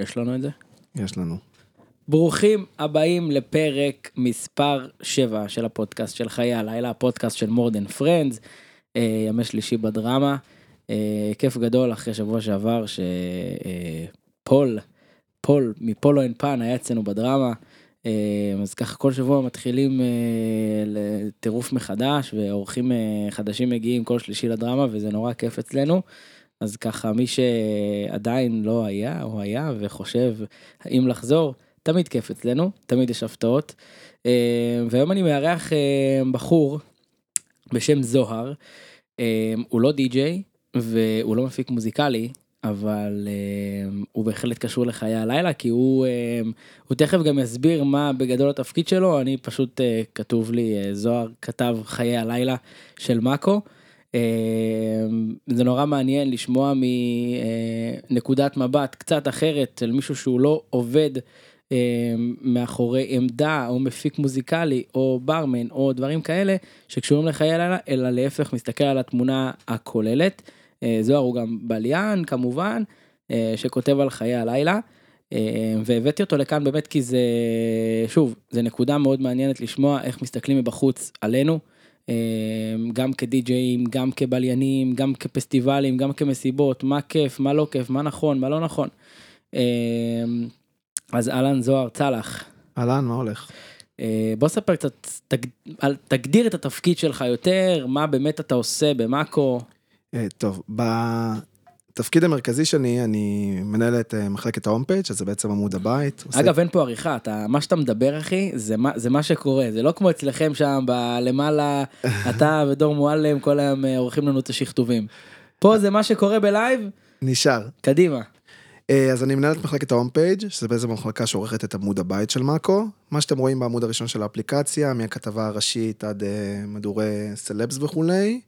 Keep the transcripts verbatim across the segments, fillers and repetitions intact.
יש לנו את זה? יש לנו. ברוכים הבאים לפרק מספר שבע של הפודקאסט של חיי הלילה, הפודקאסט של More Than Friends, ימי שלישי בדרמה. כיף גדול אחרי שבוע שעבר שפול, פול מפולו אין פן היה אצלנו בדרמה. אז ככה כל שבוע מתחילים לטירוף מחדש, ואורחים חדשים מגיעים כל שלישי לדרמה, וזה נורא כיף אצלנו. אז ככה מי שעדיין לא היה או היה וחושב האם לחזור, תמיד כיף אצלנו, תמיד יש הפתעות. והיום אני מארח בחור בשם זוהר. הוא לא די-ג'יי והוא לא מפיק מוזיקלי, אבל uh, הוא בהחלט קשור לחיי הלילה, כי הוא, uh, הוא תכף גם יסביר מה בגדול התפקיד שלו. אני פשוט uh, כתוב לי, uh, זוהר כתב חיי הלילה של מאקו. Uh, זה נורא מעניין לשמוע מנקודת מבט קצת אחרת של מישהו שהוא לא עובד uh, מאחורי עמדה או מפיק מוזיקלי או ברמן או דברים כאלה שקשורים לחיי הלילה, אלא להפך מסתכל על התמונה הכוללת. זוהר הוא גם בליין כמובן, שכותב על חיי הלילה, והבאתי אותו לכאן באמת כי זה, שוב, זה נקודה מאוד מעניינת לשמוע איך מסתכלים מבחוץ עלינו, גם כדי-ג'יים, גם כבליינים, גם כפסטיבלים, גם כמסיבות, מה כיף, מה לא כיף, מה נכון, מה לא נכון. אז אהלן זוהר צלח. אהלן, מה הולך? בוא ספר קצת, תגדיר את התפקיד שלך יותר, מה באמת אתה עושה במאקו. טוב, בתפקיד המרכזי שלי, אני מנהל את מחלקת ההום פייג', שזה בעצם עמוד הבית. אגב, אין פה עריכה, אתה, מה שאתה מדבר, אחי, זה מה, זה מה שקורה, זה לא כמו אצלכם שם, למעלה, אתה ודור מועלם, כל היום עורכים לנו את השכתובים. פה זה מה שקורה בלייב. נשאר. קדימה. אז אני מנהל את מחלקת ההום פייג', שזה בעצם המחלקה שעורכת את עמוד הבית של מאקו. מה שאתם רואים בעמוד הראשון של האפליקציה, מהכתבה הראשית עד מדורי סלבס וכולי.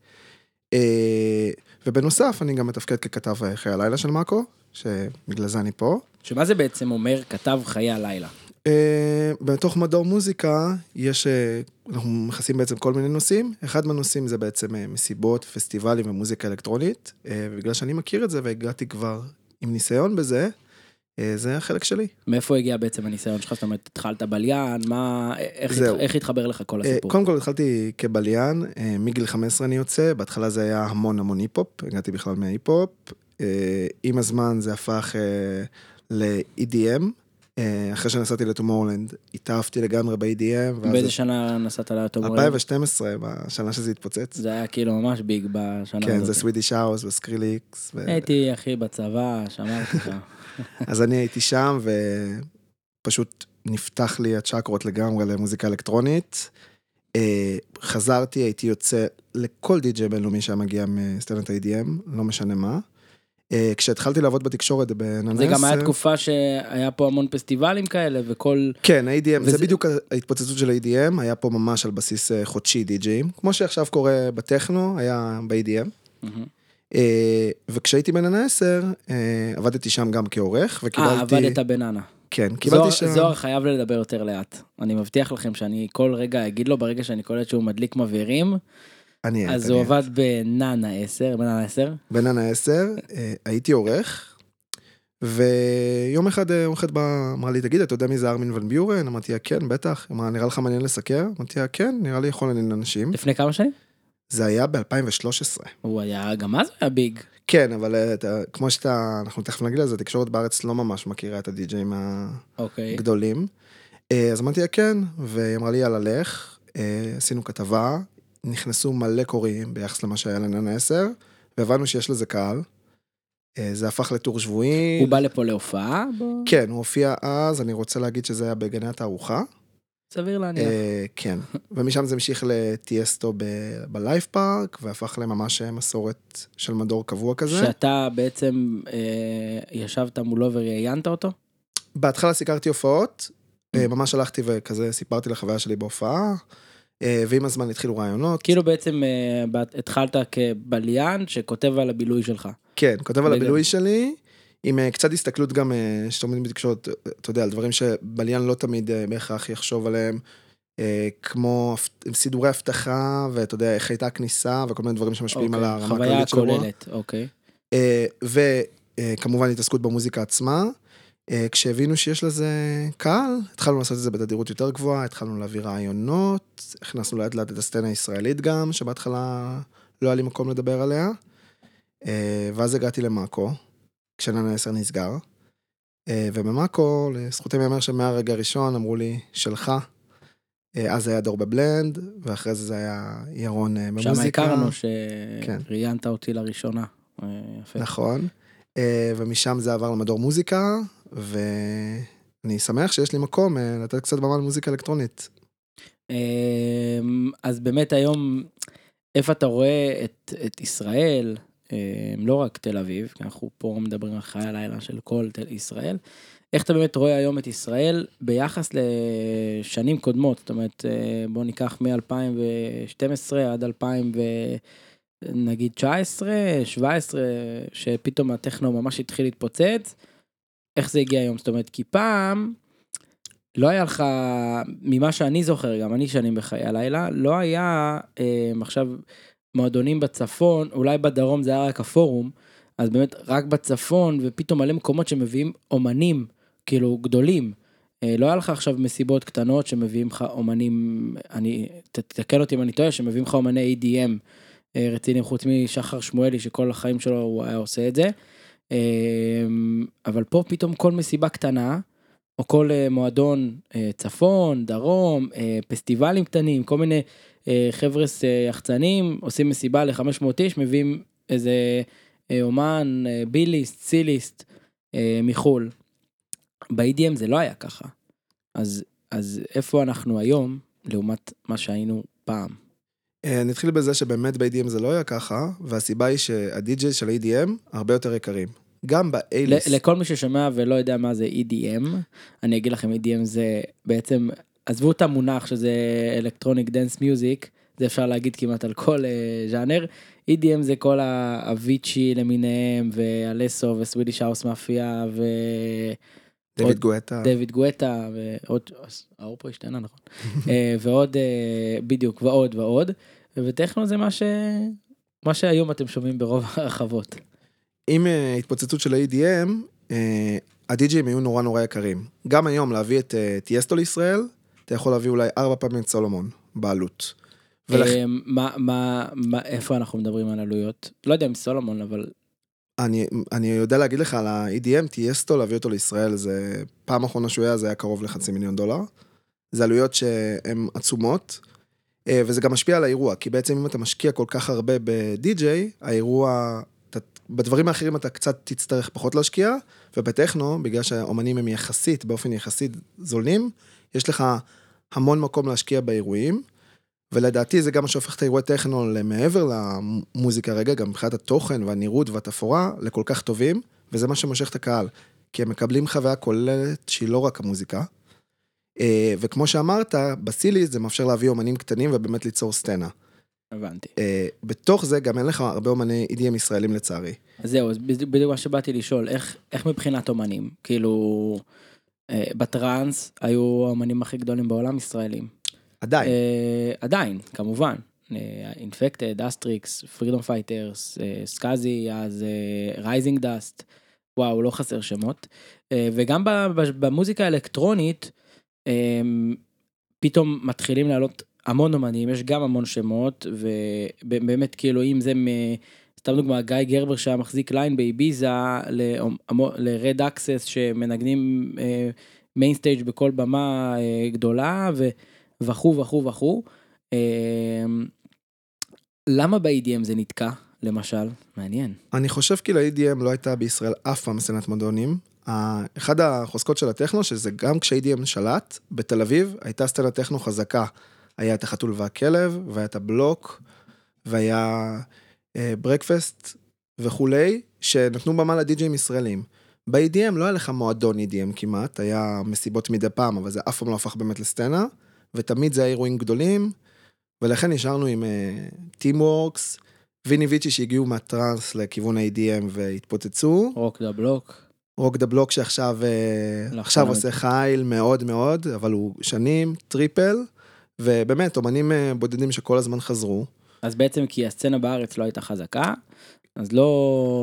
ובנוסף אני גם מתפקד ככתב חיי הלילה של מאקו, שבגלל זה אני פה. שמה זה בעצם אומר כתב חיי הלילה? בתוך מדור מוזיקה יש, אנחנו מכסים בעצם כל מיני נושאים. אחד מהנושאים זה בעצם מסיבות, פסטיבלים ומוזיקה אלקטרונית, ובגלל שאני מכיר את זה והגעתי כבר עם ניסיון בזה, זה החלק שלי. מאיפה הגיע בעצם הניסיון שלך? זאת אומרת, התחלת בליין, מה, איך, התח... איך התחבר לך כל הסיפור? קודם כל התחלתי כבליין, מגיל חמש עשרה אני יוצא, בהתחלה זה היה המון המון היפ-הופ, הגעתי בכלל מההיפ-הופ, עם הזמן זה הפך ל-אי די אם, אחרי שנסעתי לטומורלנד, התאהבתי לגמרי ב-אי די אם. באיזה שנה נסעת לטומורלנד? אלפיים ושתים עשרה, בשנה שזה התפוצץ. זה היה כאילו ממש ביג בשנה הזאת. כן, זה סווידיש האוס וסקריליקס. הייתי אחי בצבא, שמרתי לך. אז אני הייתי שם, ופשוט נפתח לי הצ'קרות לגמרי למוזיקה אלקטרונית. חזרתי, הייתי יוצא לכל די-ג'יי בינלאומי שמגיע מסצנת ה-אי די אם, לא משנה מה. כשהתחלתי לעבוד בתקשורת בננה זה גם היה תקופה שהיה פה המון פסטיבלים כאלה, וכל... כן, ה-אי די אם, זה בדיוק ההתפוצצות של ה-אי די אם, היה פה ממש על בסיס חודשי די-ג'יים, כמו שעכשיו קורה בטכנו, היה ב-אי די אם. וכשהייתי בננה עשר, עבדתי שם גם כעורך, וקיבלתי... אה, עבדת בננה. כן, קיבלתי שם... זוהר חייב לדבר יותר לאט. אני מבטיח לכם שאני כל רגע אגיד לו, ברגע שאני קולט שהוא מדליק מבהירים, אז הוא עבד בננה עשר, בננה עשר. בננה עשר, הייתי עורך, ויום אחד הוא אחד בא, אמר לי, תגיד, אתה יודע מי זה ארמין ון ביורן? אמרתי, כן, בטח. אמר, נראה לך מעניין לסקר? אמרתי, כן, נראה לי יכול לעניין אנשים. לפני כמה שנים? זה היה ב-אלפיים ושלוש עשרה. הוא היה, גם אז היה ביג. כן, אבל כמו שאתה, אנחנו תכף נגיד לזה, תקשורת בארץ לא ממש מכירה את הדי-ג'יים הגדולים. אז אמרתי, כן, והיא אמרה לי, יאללה, לך, עשינו כתבה, נכנסו מלא קוראים ביחס למה שהיה לננה עשר, והבנו שיש לזה קהל. זה הפך לטור שבועי. הוא בא לפה להופעה? כן, הוא הופיע אז, אני רוצה להגיד שזה היה בגני התערוכה. סביר להניח. כן, ומשם זה המשיך לטייסטו בלייב פארק, והפך לממש מסורת של מדור קבוע כזה. שאתה בעצם ישבת מולו וראיינת אותו? בהתחלה סיקרתי הופעות, ממש הלכתי וכזה סיפרתי לחוויה שלי בהופעה, ועם הזמן התחילו רעיונות. כאילו בעצם התחלת כבליין שכותב על הבילוי שלך. כן, כותב על הבילוי שלי, עם קצת הסתכלות גם, שתמיד בתקשורת, אתה יודע, על דברים שבליין לא תמיד בהכרח יחשוב עליהם, כמו סידורי הבטחה, ואתה יודע, איך הייתה הכניסה, וכל מיני דברים שמשפיעים על הרמה חוויה כוללת, אוקיי. וכמובן התעסקות במוזיקה עצמה, כשהבינו שיש לזה קהל, התחלנו לעשות את זה בתדירות יותר גבוהה, התחלנו להביא רעיונות, הכנסנו לאט לאט את הסצנה הישראלית גם, שבהתחלה לא היה לי מקום לדבר עליה, ואז הגעתי למאקו, כשננה עשר נסגר, ובמאקו, לזכותם יאמר שמהרגע הראשון אמרו לי, שלך, אז היה דור בבלנד, ואחרי זה זה היה ירון במוזיקה. שם הכרנו שראיינת אותי לראשונה. נכון, ומשם זה עבר למדור מוזיקה, ואני שמח שיש לי מקום לתת קצת במה למוזיקה אלקטרונית. אז באמת היום, איפה אתה רואה את, את ישראל, לא רק תל אביב, כי אנחנו פה מדברים על חיי הלילה של כל תל ישראל, איך אתה באמת רואה היום את ישראל ביחס לשנים קודמות, זאת אומרת, בוא ניקח מ-אלפיים ושתים עשרה עד אלפיים נגיד תשע עשרה, שבע עשרה, שפתאום הטכנו ממש התחיל להתפוצץ, איך זה הגיע היום? זאת אומרת, כי פעם, לא היה לך, ממה שאני זוכר, גם אני שנים בחיי הלילה, לא היה אה, עכשיו מועדונים בצפון, אולי בדרום זה היה רק הפורום, אז באמת רק בצפון, ופתאום מלא מקומות שמביאים אומנים, כאילו גדולים, אה, לא היה לך עכשיו מסיבות קטנות שמביאים לך אומנים, אני, תתקן אותי אם אני טועה, שמביאים לך אומני אי די אם, רצינים חוץ משחר שמואלי שכל החיים שלו הוא היה עושה את זה, אבל פה פתאום כל מסיבה קטנה, או כל מועדון צפון, דרום, פסטיבלים קטנים, כל מיני חבר'ס יחצנים, עושים מסיבה ל-חמש מאות איש, מביאים איזה אומן, ביליסט, סיליסט, מחול. ב-אי די אם זה לא היה ככה. אז, אז איפה אנחנו היום, לעומת מה שהיינו פעם? נתחיל בזה שבאמת ב-אי די אם זה לא היה ככה, והסיבה היא שהדי-ג'יי של ה-אי די אם הרבה יותר יקרים. גם ב-A-List. לכל מי ששומע ולא יודע מה זה אי די אם, אני אגיד לכם, אי די אם זה בעצם, עזבו את המונח שזה Electronic Dance Music, זה אפשר להגיד כמעט על כל ז'אנר, אי די אם זה כל הוויצ'י למיניהם, והלסו וסווידיש האוס מאפיה, ו... דויד גואטה. דויד גואטה, ועוד, האור פה השתנה, נכון. ועוד, בדיוק, ועוד ועוד, וטכנו זה מה ש... מה שהיום אתם שומעים ברוב הרחבות. עם התפוצצות של ה-אי די אם, הדי-ג'ים היו נורא נורא יקרים. גם היום להביא את טיאסטו לישראל, אתה יכול להביא אולי ארבע פעמים את סולומון, בעלות. איפה אנחנו מדברים על עלויות? לא יודע אם סולומון, אבל... אני, אני יודע להגיד לך על ה-אי די אם, טיאסטו, להביא אותו לישראל, זה פעם אחרונה שהוא היה, זה היה קרוב לחצי מיליון דולר. זה עלויות שהן עצומות, וזה גם משפיע על האירוע, כי בעצם אם אתה משקיע כל כך הרבה בדי-ג'יי, האירוע, אתה, בדברים האחרים אתה קצת תצטרך פחות להשקיע, ובטכנו, בגלל שהאומנים הם יחסית, באופן יחסית זולים, יש לך המון מקום להשקיע באירועים, ולדעתי זה גם מה שהופך את האירועי טכנו למעבר למוזיקה רגע, גם מבחינת התוכן והנירות והתפאורה, לכל כך טובים, וזה מה שמושך את הקהל, כי הם מקבלים חוויה כוללת שהיא לא רק המוזיקה, וכמו שאמרת, בסיליס זה מאפשר להביא אומנים קטנים ובאמת ליצור סצנה. הבנתי. בתוך זה גם אין לך הרבה אומני אי די אם ישראלים לצערי. אז זהו, אז בדיוק מה שבאתי לשאול, איך, איך מבחינת אומנים? כאילו, בטרנס היו האומנים הכי גדולים בעולם ישראלים. עדיין. עדיין, כמובן. אינפקטד, אסטריקס, פרידום פייטרס, סקאזי, אז רייזינג דאסט, וואו, לא חסר שמות. וגם במוזיקה האלקטרונית, פתאום מתחילים לעלות המון אומנים, יש גם המון שמות, ובאמת כאילו אם זה, סתם דוגמה, גיא גרבר שהיה מחזיק ליין באביזה, לרד אקסס שמנגנים מיינסטייג' בכל במה גדולה, וכו' וכו' וכו'. למה ב-אי די אם זה נתקע, למשל? מעניין. אני חושב כי ל-אי די אם לא הייתה בישראל אף פעם סצנת מועדונים. אחד החוזקות של הטכנו, שזה גם כש-אי די אם שלט, בתל אביב הייתה סצנת טכנו חזקה. היה את החתול והכלב, והיה את הבלוק, והיה ברקפסט וכולי, שנתנו במה לדי-ג'ים ישראלים. ב-אי די אם לא היה לך מועדון אי די אם כמעט, היה מסיבות מדי פעם, אבל זה אף פעם לא הפך באמת לסצנה, ותמיד זה היה אירועים גדולים, ולכן נשארנו עם טימוורקס, ויני ויצ'י שהגיעו מהטרנס לכיוון ה-אי די אם והתפוצצו. רוק דה בלוק. רוק דה בלוק שעכשיו עכשיו עושה חייל מאוד מאוד, אבל הוא שנים, טריפל, ובאמת, אומנים בודדים שכל הזמן חזרו. אז בעצם כי הסצנה בארץ לא הייתה חזקה, אז לא,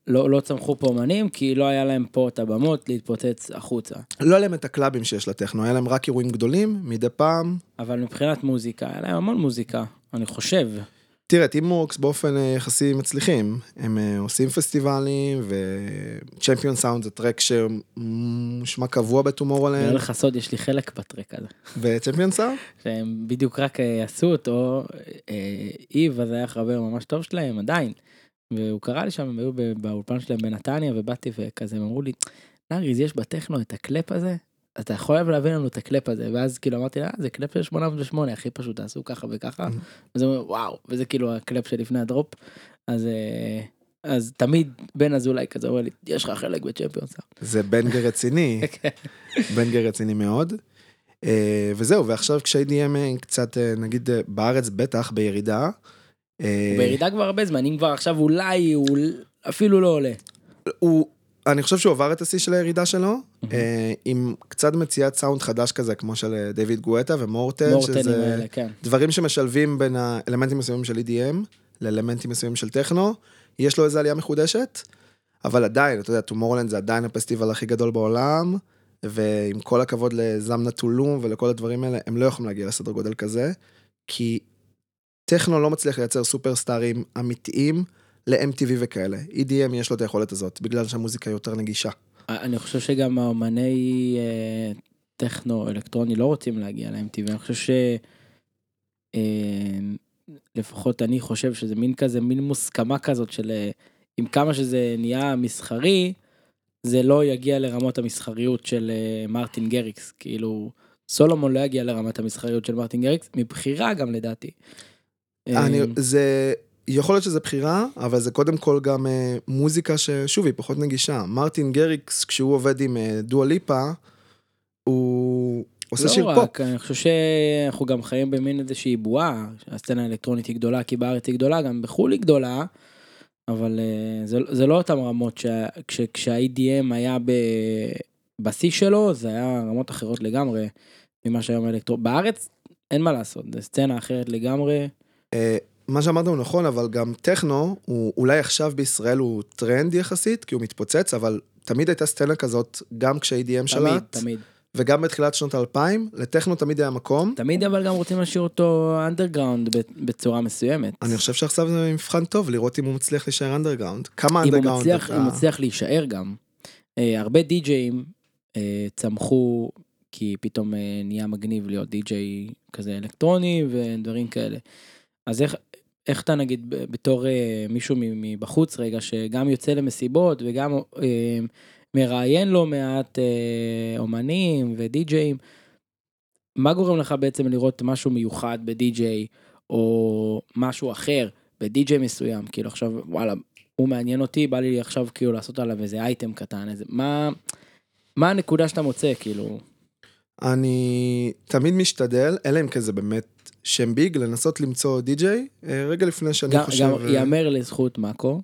לא, לא צמחו פה אומנים, כי לא היה להם פה את הבמות להתפוצץ החוצה. לא היה להם את הקלאבים שיש לטכנו, היה להם רק אירועים גדולים, מדי פעם. אבל מבחינת מוזיקה, היה להם המון מוזיקה, אני חושב. תראה, טימורקס באופן יחסי מצליחים, הם עושים פסטיבלים, וצ'מפיון סאונד זה טרק שמושמע קבוע בטומורלנד. לא לך סוד, יש לי חלק בטרק הזה. וצ'מפיון סאונד? שהם בדיוק רק עשו אותו, איב, אז היה חבר ממש טוב שלהם, עדיין. והוא קרא לי שם, הם היו באולפן שלהם בנתניה, ובאתי וכזה, הם אמרו לי, נאריז, יש בטכנו את הקלפ הזה? אתה יכול להביא לנו את הקלפ הזה, ואז כאילו אמרתי לה, זה קלפ של שמונה מאות ושמונה, הכי פשוט, תעשו ככה וככה, וזה אומר, וואו, וזה כאילו הקלפ שלפני הדרופ, אז, אז תמיד בן אזולאי כזה, אומר לי, יש לך חלק בצ'מפיון סאונד. זה בנגר רציני, בנגר רציני מאוד, וזהו, ועכשיו כש-איי די אם קצת, נגיד, בארץ בטח, בירידה, בירידה כבר הרבה זמן, אם כבר עכשיו אולי, הוא אפילו לא עולה. הוא, אני חושב שהוא עבר את השיא של הירידה שלו, עם קצת מציאת סאונד חדש כזה, כמו של דיוויד גואטה ומורטן, שזה דברים שמשלבים בין האלמנטים מסוימים של איי די אם, לאלמנטים מסוימים של טכנו, יש לו איזו עלייה מחודשת, אבל עדיין, אתה יודע, טומורלנד זה עדיין הפסטיבל הכי גדול בעולם, ועם כל הכבוד לזמנה טולום ולכל הדברים האלה, הם לא יכולים להגיע לסדר גודל כזה, כי טכנו לא מצליח לייצר סופרסטארים אמיתיים ל-אם טי וי וכאלה. איי די אם יש לו את היכולת הזאת, בגלל שהמוזיקה יותר נגישה. אני חושב שגם האומני טכנו אלקטרוני לא רוצים להגיע ל-אם טי וי, אני חושב ש... לפחות אני חושב שזה מין כזה, מין מוסכמה כזאת של... עם כמה שזה נהיה מסחרי, זה לא יגיע לרמות המסחריות של מרטין גריקס, כאילו סולומון לא יגיע לרמת המסחריות של מרטין גריקס, מבחירה גם לדעתי. אני, זה, יכול להיות שזה בחירה, אבל זה קודם כל גם מוזיקה ששוב היא פחות נגישה. מרטין גריקס, כשהוא עובד עם דואה ליפה, הוא עושה שיר פופ. לא רק, אני חושב שאנחנו גם חיים במין איזושהי בועה, הסצנה האלקטרונית היא גדולה, כי בארץ היא גדולה, גם בחול היא גדולה, אבל זה, זה לא אותם רמות, כשה-איי די אם היה בשיא שלו, זה היה רמות אחרות לגמרי, ממה שהיום האלקטרונית. בארץ אין מה לעשות, זה סצנה אחרת לגמרי. מה שאמרת הוא נכון, אבל גם טכנו, הוא אולי עכשיו בישראל הוא טרנד יחסית, כי הוא מתפוצץ, אבל תמיד הייתה סצנה כזאת, גם כשה-איי די אם שלט. תמיד, תמיד. וגם בתחילת שנות האלפיים, לטכנו תמיד היה מקום. תמיד אבל גם רוצים להשאיר אותו אנדרגראונד בצורה מסוימת. אני חושב שעכשיו זה מבחן טוב, לראות אם הוא מצליח להישאר אנדרגראונד. כמה אנדרגראונד אתה... אם הוא מצליח להישאר גם. הרבה די-ג'אים צמחו, כי פתאום נהיה מגניב להיות די-ג'יי כזה אלקטרוני ודברים כאלה. אז איך, איך אתה נגיד בתור מישהו מבחוץ רגע, שגם יוצא למסיבות וגם... מראיין לו מעט אה, אומנים ודי-ג'אים, מה גורם לך בעצם לראות משהו מיוחד בדי-ג'יי, או משהו אחר בדי-ג'יי מסוים, כאילו עכשיו, וואלה, הוא מעניין אותי, בא לי עכשיו כאילו לעשות עליו איזה אייטם קטן, איזה, מה, מה הנקודה שאתה מוצא, כאילו? אני תמיד משתדל, אלא אם כזה באמת שם ביג, לנסות למצוא די-ג'יי, רגע לפני שאני גם, חושב... גם יאמר לזכות מאקו,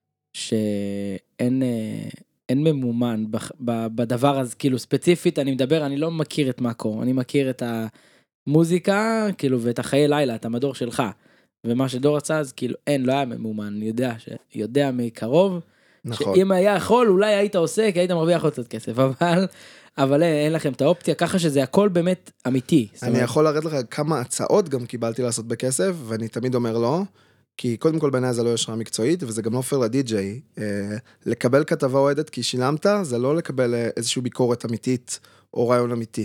שאין... אין ממומן בדבר הזה, כאילו ספציפית, אני מדבר, אני לא מכיר את מאקו, אני מכיר את המוזיקה, כאילו, ואת החיי לילה, את המדור שלך, ומה שדור עשה, אז כאילו, אין, לא היה ממומן, אני יודע, שיודע מקרוב, נכון. שאם היה יכול, אולי היית עושה, כי היית מרוויח עוד קצת כסף, אבל, אבל אין לכם את האופציה, ככה שזה הכל באמת אמיתי. אני יכול להראות לך כמה הצעות גם קיבלתי לעשות בכסף, ואני תמיד אומר לא, כי קודם כל בעיניי זה לא יושרה מקצועית, וזה גם לא פייר לדי-ג'יי. לקבל כתבה אוהדת כי שילמת, זה לא לקבל איזושהי ביקורת אמיתית, או רעיון אמיתי.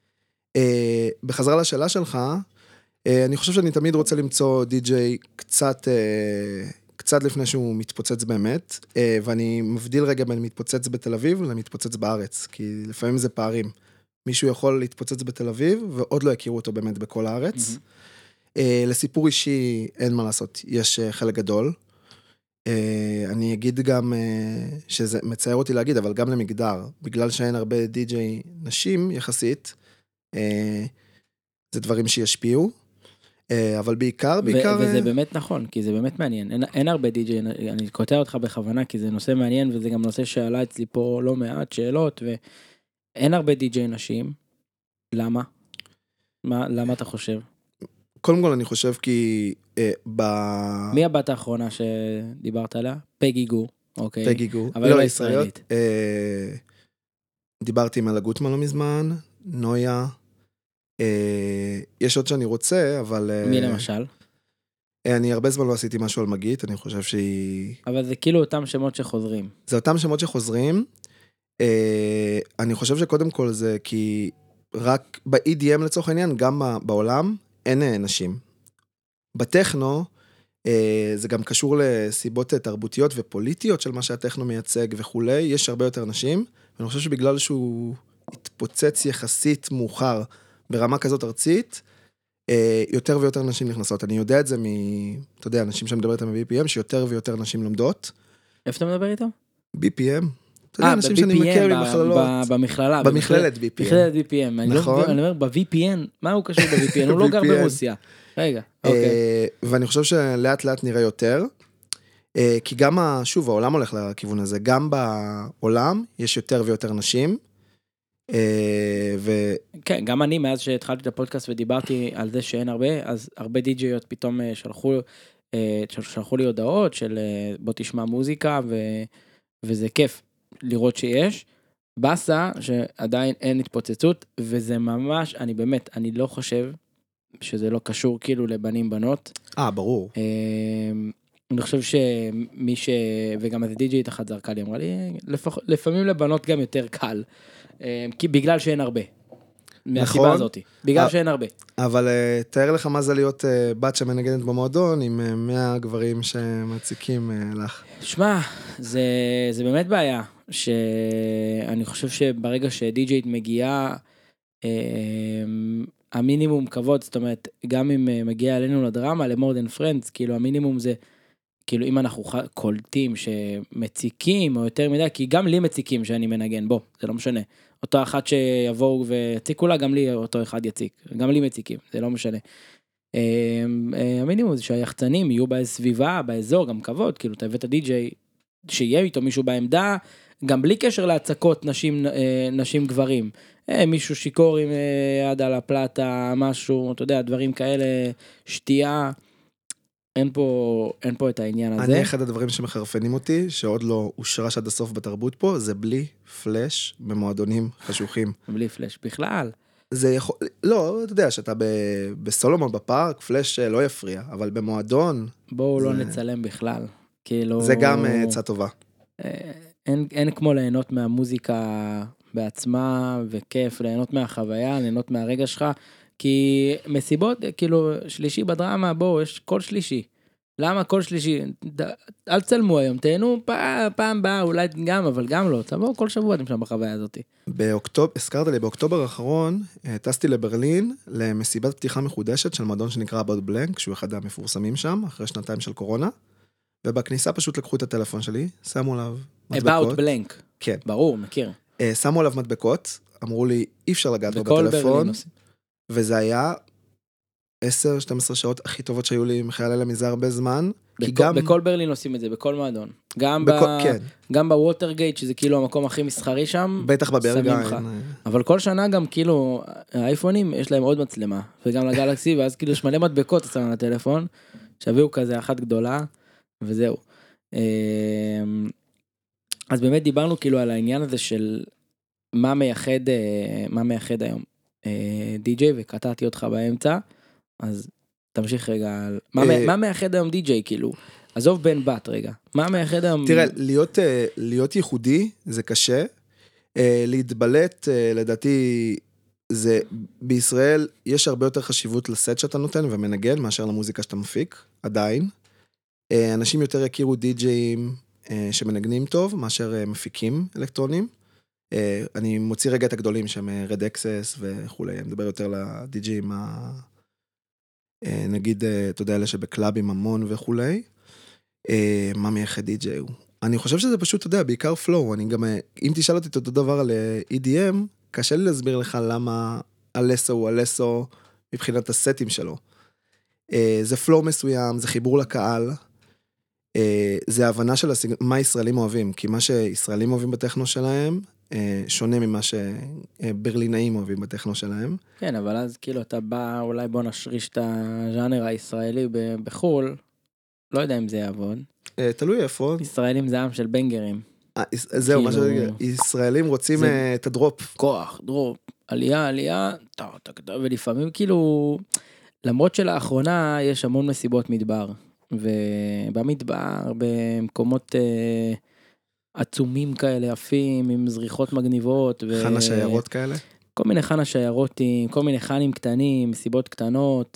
בחזרה לשאלה שלך, אני חושב שאני תמיד רוצה למצוא די-ג'יי קצת, קצת לפני שהוא מתפוצץ באמת, ואני מבדיל רגע בין מתפוצץ בתל אביב למתפוצץ בארץ, כי לפעמים זה פערים. מישהו יכול להתפוצץ בתל אביב, ועוד לא יכירו אותו באמת בכל הארץ. לסיפור אישי אין מה לעשות, יש חלק גדול. אני אגיד גם שזה מצער אותי להגיד, אבל גם למגדר, בגלל שאין הרבה די-ג'יי נשים יחסית, זה דברים שישפיעו, אבל בעיקר, בעיקר... וזה באמת נכון, כי זה באמת מעניין, אין, אין הרבה די-ג'יי, אני קוטע אותך בכוונה, כי זה נושא מעניין, וזה גם נושא שעלה אצלי פה לא מעט שאלות, ואין הרבה די-ג'יי נשים, למה? מה, למה אתה חושב? קודם כל אני חושב כי... אה, ב... מי הבת האחרונה שדיברת עליה? פגי גור. אוקיי. פגי גו. אבל לא ישראלית. דיברתי עם אלה גוטמן לא מזמן, נויה. יש עוד שאני רוצה, אבל... מי למשל? אני הרבה זמן לא עשיתי משהו על מגית, אני חושב שהיא... אבל זה כאילו אותם שמות שחוזרים. זה אותם שמות שחוזרים. אני חושב שקודם כל זה כי רק ב-אי די אם לצורך העניין, גם בעולם, אין נשים. בטכנו, זה גם קשור לסיבות תרבותיות ופוליטיות של מה שהטכנו מייצג וכולי, יש הרבה יותר נשים, ואני חושב שבגלל שהוא התפוצץ יחסית מאוחר ברמה כזאת ארצית, יותר ויותר נשים נכנסות. אני יודע את זה מ... אתה יודע, אנשים שמדבר איתם ב-בי פי אם, שיותר ויותר נשים לומדות. איפה אתה מדבר איתם? בי פי אם. אתה יודע, אנשים שאני מכיר במכללות. במכללה. במכללת בי פי אם. במכללת בי פי אם. נכון. אני אומר, ב-וי פי אן, מה הוא קשור ב-וי פי אן? הוא לא גר ברוסיה. רגע, אוקיי. ואני חושב שלאט לאט נראה יותר, כי גם, שוב, העולם הולך לכיוון הזה, גם בעולם יש יותר ויותר נשים, ו... כן, גם אני, מאז שהתחלתי את הפודקאסט ודיברתי על זה שאין הרבה, אז הרבה די-ג'יות פתאום שלחו, שלחו לי הודעות של בוא תשמע מוזיקה, ו... וזה כיף לראות שיש. בסה, שעדיין אין התפוצצות, וזה ממש, אני באמת, אני לא חושב שזה לא קשור כאילו לבנים בנות. אה, ברור. אני חושב שמי ש... וגם איזה די-ג'ית אחת זרקה לי, אמרה לי, לפעמים לבנות גם יותר קל. כי בגלל שאין הרבה. מהסיבה הזאת. בגלל שאין הרבה. אבל תאר לך מה זה להיות בת שמנגנת במועדון, עם מאה גברים שמציקים לך. שמע, זה, זה באמת בעיה, שאני חושב שברגע שדי-ג'ית מגיעה, המינימום כבוד, זאת אומרת, גם אם מגיע אלינו לדרמה, ל-More Than Friends, כאילו המינימום זה, כאילו אם אנחנו קולטים שמציקים, או יותר מדי, כי גם לי מציקים שאני מנגן, בוא, זה לא משנה. אותו אחד שיבואו ויציקו לה, גם לי אותו אחד יציק. גם לי מציקים, זה לא משנה. המינימום זה שהיחצנים יהיו בסביבה, באזור, גם כבוד, כאילו אתה הבאת די-ג'יי, שיהיה איתו מישהו בעמדה, גם בלי קשר להצקות נשים, נשים גברים. מישהו שיקור עם יד על הפלטה, משהו, אתה יודע, דברים כאלה, שתייה, אין פה, אין פה את העניין הזה. אני, אחד הדברים שמחרפנים אותי, שעוד לא הושרש עד הסוף בתרבות פה, זה בלי פלש במועדונים חשוכים. בלי פלש בכלל. זה יכול, לא, אתה יודע, שאתה ב, בסולומון בפארק, פלש לא יפריע, אבל במועדון... בואו זה... לא נצלם בכלל. כאילו... זה גם עצה טובה. אין, אין כמו ליהנות מהמוזיקה בעצמה, וכיף, ליהנות מהחוויה, ליהנות מהרגע שלך, כי מסיבות, כאילו, שלישי בדרמה, בואו, יש כל שלישי. למה כל שלישי? אל תצלמו היום, תהנו פעם, פעם באה, אולי גם, אבל גם לא. תבואו כל שבוע אתם שם בחוויה הזאת. באוקטובר, הזכרת לי, באוקטובר האחרון, טסתי לברלין, למסיבת פתיחה מחודשת של מועדון שנקרא About Blank, שהוא אחד המפורסמים שם, אחרי שנתיים של קורונה, ובכניסה פשוט לקחו את הטלפון שלי, שמו עליו מדבקות. About Blank. כן. ברור, מכיר. שמו עליו מדבקות, אמרו לי, אי אפשר לגעת בו בטלפון, וזה היה עשר שתים עשרה שעות הכי טובות שהיו לי עם חייל מזה הרבה זמן. בכל, גם... בכל ברלין עושים את זה, בכל מועדון. גם, בכל, ב... כן. גם בווטרגייט, שזה כאילו המקום הכי מסחרי שם. בטח בברגע. אבל כל שנה גם כאילו, האייפונים יש להם עוד מצלמה, וגם לגלקסי, ואז כאילו יש מלא מדבקות אצלנו על הטלפון, שהביאו כזה אחת גדולה, וזהו. אז באמת דיברנו כאילו על העניין הזה של מה מייחד, מה מייחד היום. די-ג'יי, וקטעתי אותך באמצע, אז תמשיך רגע, מה מייחד היום די-ג'יי, כאילו, עזוב בן בת רגע, מה מייחד היום... תראה, להיות ייחודי זה קשה, להתבלט, לדעתי, זה, בישראל יש הרבה יותר חשיבות לסט שאתה נותן ומנגן, מאשר למוזיקה שאתה מפיק, עדיין. אנשים יותר יכירו די-ג'יים שמנגנים טוב, מאשר מפיקים אלקטרונים. אני מוציא רגע את הגדולים שהם רד אקסס וכולי, אני מדבר יותר לדי-ג'יים, נגיד, אתה יודע, אלה שבקלאבים המון וכולי, מה מייחד די-ג'יי הוא? אני חושב שזה פשוט, אתה יודע, בעיקר פלואו, אני גם, אם תשאל אותי את אותו דבר על אי די אם, קשה לי להסביר לך למה אלסו הוא אלסו מבחינת הסטים שלו. זה פלואו מסוים, זה חיבור לקהל, זה ההבנה של מה ישראלים אוהבים, כי מה שישראלים אוהבים בטכנו שלהם, שונה ממה שברלינאים אוהבים בטכנו שלהם. כן, אבל אז כאילו אתה בא, אולי בוא נשריש את הז'אנר הישראלי בחול, לא יודע אם זה יעבוד. תלוי איפה. ישראלים זה עם של בנגרים. זהו, מה ש... ישראלים רוצים את הדרופ. כוח, דרופ, עלייה, עלייה, ולפעמים כאילו, למרות שלאחרונה יש המון מסיבות מדבר, ובמדבר, במקומות עצומים כאלה, יפים, עם זריחות מגניבות. חנה שיירות כאלה? כל מיני חנה שיירותים, כל מיני חנים קטנים, מסיבות קטנות,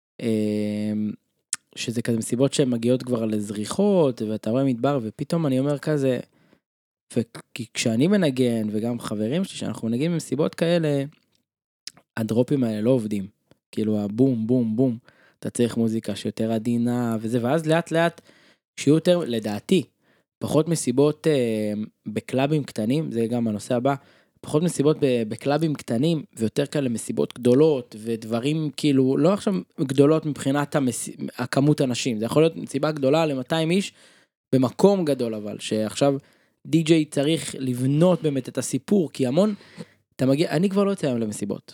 שזה כזה מסיבות שהן מגיעות כבר לזריחות, ואתה רואה מדבר, ופתאום אני אומר כזה, וכשאני מנגן, וגם חברים שלי, שאנחנו מנגנים במסיבות כאלה, הדרופים האלה לא עובדים. כאילו הבום, בום, בום. אתה צריך מוזיקה שיותר עדינה, וזה, ואז לאט לאט, שיהיו יותר, לדעתי, פחות מסיבות אה, בקלאבים קטנים, זה גם הנושא הבא, פחות מסיבות בקלאבים קטנים, ויותר כאלה מסיבות גדולות, ודברים כאילו, לא עכשיו גדולות מבחינת המס... הכמות אנשים, זה יכול להיות מסיבה גדולה ל-מאתיים איש, במקום גדול אבל, שעכשיו די-ג'יי צריך לבנות באמת את הסיפור, כי המון, אתה מגיע, אני כבר לא יוצא היום למסיבות,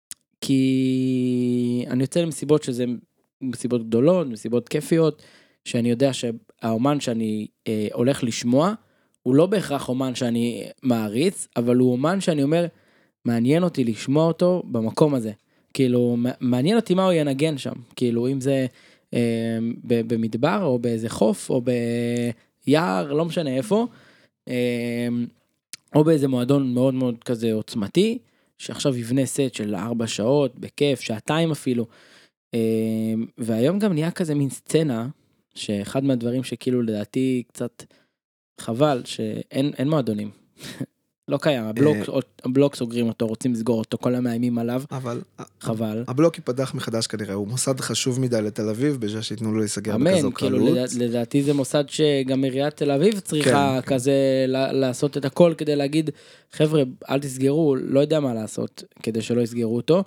כי אני יוצא למסיבות שזה מסיבות גדולות, מסיבות כיפיות, שאני יודע שהאומן שאני אה, הולך לשמוע, הוא לא בהכרח אומן שאני מעריץ, אבל הוא אומן שאני אומר, מעניין אותי לשמוע אותו במקום הזה. כאילו, מעניין אותי מה הוא ינגן שם. כאילו, אם זה אה, במדבר, או באיזה חוף, או ביער, לא משנה איפה, אה, או באיזה מועדון מאוד מאוד כזה עוצמתי, שעכשיו יבנה סט של ארבע שעות, בכיף, שעתיים אפילו. אה, והיום גם נהיה כזה מין סצנה, שאחד מהדברים שכאילו לדעתי קצת חבל, שאין אין מועדונים. לא קיים, הבלוק, הבלוק סוגרים אותו, רוצים לסגור אותו, כל המאיימים עליו. אבל חבל. הבלוק ייפתח מחדש כנראה, הוא מוסד חשוב מדי לתל אביב, בשביל שיתנו לו להיסגר בכזו קלות. אמן, כאילו לדעתי זה מוסד שגם עיריית תל אביב צריכה כזה לעשות את הכל, כדי להגיד, חבר'ה, אל תסגרו, לא יודע מה לעשות, כדי שלא יסגרו אותו.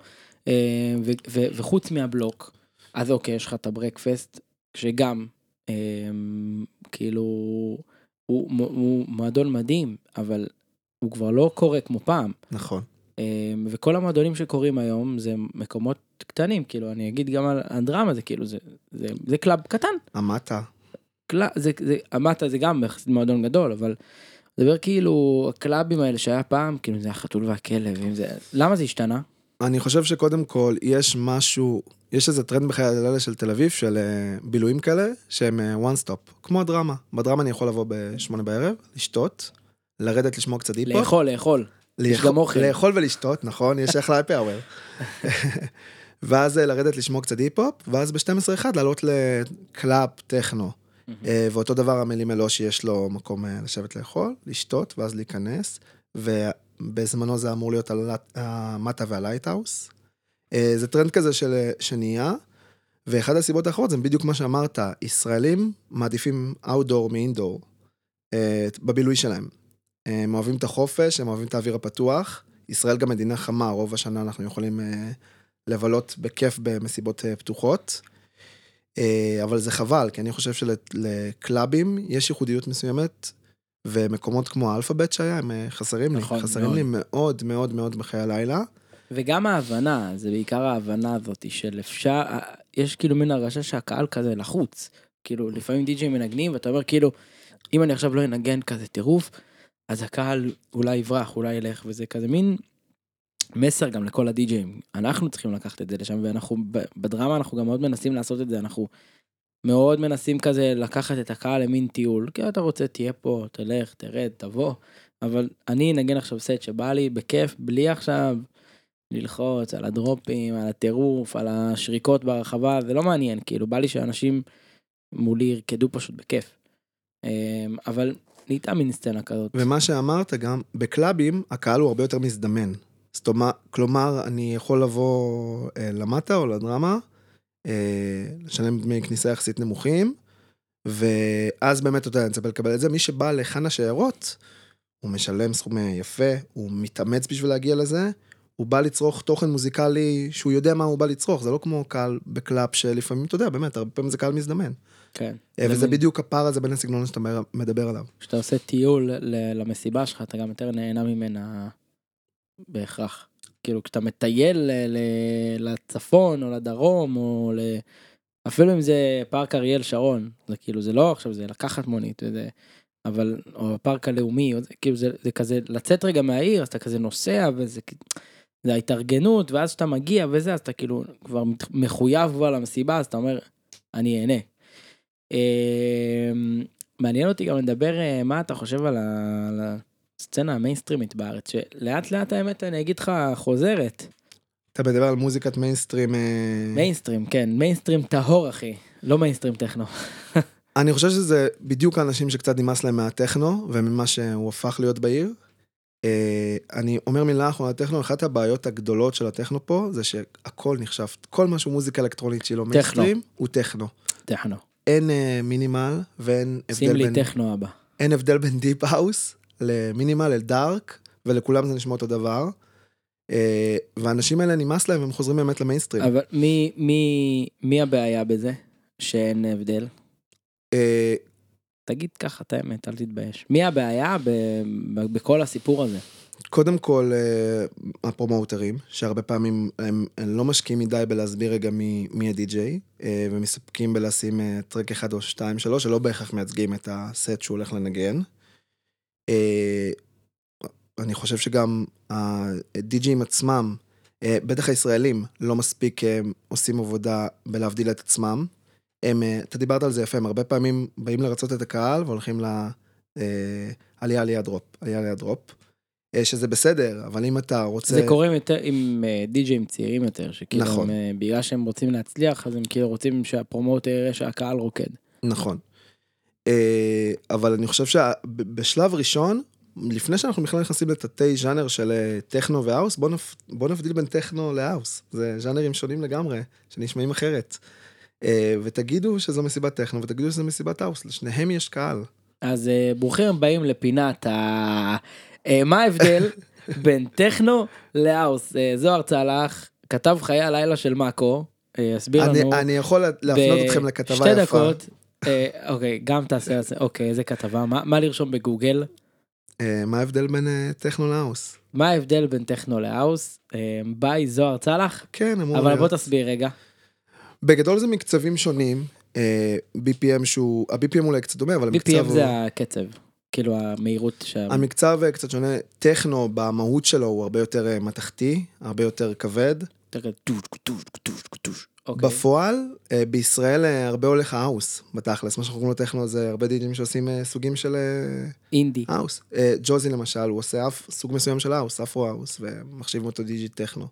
וחוץ מהבלוק, אז אוקיי, יש לך את הברקפסט, שגם, כאילו, הוא, הוא מועדון מדהים, אבל הוא כבר לא קורה כמו פעם. נכון. וכל המועדונים שקורים היום, זה מקומות קטנים, כאילו, אני אגיד גם על הדרמה, זה כאילו, זה, זה, זה קלאב קטן. המטה. קלאב, זה, זה, המטה זה גם מועדון גדול, אבל דבר כאילו, הקלאבים האלה שהיה פעם, כאילו, זה החתול והכלב, זה, למה זה השתנה? אני חושב שקודם כל, יש משהו, יש איזה טרנד בחיי הלילה של תל אביב, של בילויים כאלה, שהם one stop, כמו הדרמה. בדרמה אני יכול לבוא בשמונה בערב, לשתות, לרדת לשמוע קצת היפ-הופ. לאכול, לאכול. יש גם אוכל. לאכול ולשתות, נכון, יש איך להפי אוור. ואז לרדת לשמוע קצת היפ-הופ, ואז ב-שתים עשרה אחד לעלות לקלאב טכנו. ואותו דבר המילי מלו שיש לו מקום לשבת לאכול, לשתות, ואז להיכנס, ובזמנו זה אמור להיות על המטה והלייטהאוס. זה טרנד כזה של שניה, ואחד הסיבות האחרות זה בדיוק מה שאמרת, ישראלים מעדיפים אאוטדור מאינדור, בבילוי שלהם. הם אוהבים את החופש, הם אוהבים את האוויר הפתוח, ישראל גם מדינה חמה, רוב השנה אנחנו יכולים לבלות בכיף במסיבות פתוחות, אבל זה חבל, כי אני חושב שלקלאבים יש ייחודיות מסוימת, ומקומות כמו האלפאבית שהיה, הם חסרים לי, חסרים לי מאוד מאוד מאוד בחיי הלילה. וגם ההבנה, זה בעיקר ההבנה הזאת של אפשר, יש כאילו מן הרגשה שהקהל כזה לחוץ, כאילו לפעמים די-ג'יי מנגנים, ואתה אומר כאילו, אם אני עכשיו לא אנגן כזה טירוף, אז הקהל אולי יברח, אולי ילך, וזה כזה מין מסר גם לכל הדי-ג'יים. אנחנו צריכים לקחת את זה לשם, ואנחנו, בדרמה אנחנו גם מאוד מנסים לעשות את זה, אנחנו מאוד מנסים כזה לקחת את הקהל למין טיול, כי אתה רוצה, תהיה פה, תלך, תרד, תבוא, אבל אני נגן עכשיו סט שבא לי בכיף, בלי עכשיו ללחוץ על הדרופים, על הטירוף, על השריקות ברחבה, זה לא מעניין, כאילו, בא לי שאנשים מולי ירקדו פשוט בכיף. אבל נהייתה מין סצנה כזאת. ומה שאמרת גם, בקלאבים, הקהל הוא הרבה יותר מזדמן. כלומר, אני יכול לבוא למטה או לדרמה, לשלם דמי כניסה יחסית נמוכים, ואז באמת, אתה יודע, אני צריך לקבל את זה. מי שבא לחנה שיירות, הוא משלם סכום יפה, הוא מתאמץ בשביל להגיע לזה, הוא בא לצרוך תוכן מוזיקלי, שהוא יודע מה הוא בא לצרוך, זה לא כמו קהל בקלאב שלפעמים, אתה יודע, באמת, הרבה פעמים זה קהל מזדמן. כן. וזה בדיוק הפער הזה בין הסגנון שאתה מדבר עליו. כשאתה עושה טיול למסיבה שלך, אתה גם יותר נהנה ממנה בהכרח. כאילו, כשאתה מטייל לצפון או לדרום, או אפילו אם זה פארק אריאל שרון, זה כאילו, זה לא עכשיו, זה לקחת מונית, וזה, אבל, או הפארק הלאומי, או זה, כאילו, זה, זה כזה, לצאת רגע מהעיר, אז אתה כזה נוסע, וזה, זה ההתארגנות, ואז שאתה מגיע וזה, אז אתה כאילו, כבר מחויב כבר למסיבה, אז אתה אומר, אני אהנה. מעניין אותי גם לדבר, מה אתה חושב על הסצנה המיינסטרימית בארץ, שלאט לאט האמת, אני אגיד לך, חוזרת. אתה מדבר על מוזיקת מיינסטרים... מיינסטרים, כן, מיינסטרים טהור, אחי, לא מיינסטרים טכנו. אני חושב שזה בדיוק האנשים שקצת נמאס להם מהטכנו, וממה שהוא הפך להיות בעיר. אני אומר מילה אחרונה, הטכנו, אחת הבעיות הגדולות של הטכנו פה, זה שהכל נחשב, כל משהו מוזיקה אלקטרונית שלו מיינסטרים, הוא טכנו. טכנו. אין מינימל, ואין הבדל בין... שים לי טכנו הבא. אין הבדל בין דיפ האוס, למינימל, לדארק, ולכולם זה נשמע אותו דבר. ואנשים האלה נמאס להם, והם חוזרים באמת למיינסטרים. אבל מי, מי, מי הבעיה בזה? שאין הבדל? תגיד ככה, את האמת, אל תתבייש. מי הבעיה בכל הסיפור הזה? קודם כל, הפרומוטרים, שהרבה פעמים הם לא משקיעים מדי בלהסביר רגע מי הדי-ג'יי, ומספקים בלשים טרק אחד או שתיים, שלוש, שלא בהכרח מייצגים את הסט שהוא הולך לנגן. אני חושב שגם הדי-ג'יים עצמם, בטח הישראלים, לא מספיק עושים עבודה בלהבדיל את עצמם. הם, אתה דיברת על זה יפה, הם הרבה פעמים באים לרצות את הקהל, והולכים לעלייה עלייה דרופ, עלייה עלייה דרופ, שזה בסדר, אבל אם אתה רוצה... זה קורה יותר עם די-ג'יים צעירים יותר, שכאילו, נכון. הם, בגלל שהם רוצים להצליח, אז הם כאילו רוצים שהפרומוטר יראה שהקהל רוקד. נכון. אבל אני חושב שבשלב ראשון, לפני שאנחנו בכלל נכנסים לתתי ז'אנר של טכנו והאוס, בוא, נפ... בוא נבדיל בין טכנו להאוס. זה ז'אנרים שונים לגמרי, שנשמעים אחרת. ותגידו שזו מסיבת טכנו, ותגידו שזו מסיבת האוס, לשניהם יש קהל. אז ברוכים הבאים לפינת, ה... מה ההבדל בין טכנו להאוס? זוהר צלח, כתב חיי הלילה של מאקו, הסביר אני, לנו. אני יכול להפנות אתכם לכתבה יפה. שתי דקות, אוקיי, גם תעשה, אוקיי, איזה כתבה, מה, מה לרשום בגוגל? מה ההבדל בין טכנו להאוס? מה ההבדל בין טכנו להאוס? ביי זוהר צלח? כן, אמור אבל בוא תסביר רגע. בגדול זה מקצבים שונים, בי פי אם שהוא, ה-בי פי אם אולי קצת דומה, אבל בי פי אם זה הקצב, כאילו המהירות שם. המקצב קצת שונה, טכנו במהות שלו הוא הרבה יותר מתחתי, הרבה יותר כבד. בפועל, בישראל הרבה הולך האוס, בתכלס, מה שאנחנו קוראים לו טכנו זה הרבה דיג'ים שעושים סוגים של אינדי. האוס. ג'וזי למשל, הוא עושה סוג מסוים של האוס, אפרו-האוס, ומחשיבים אותו דיג'י טכנו.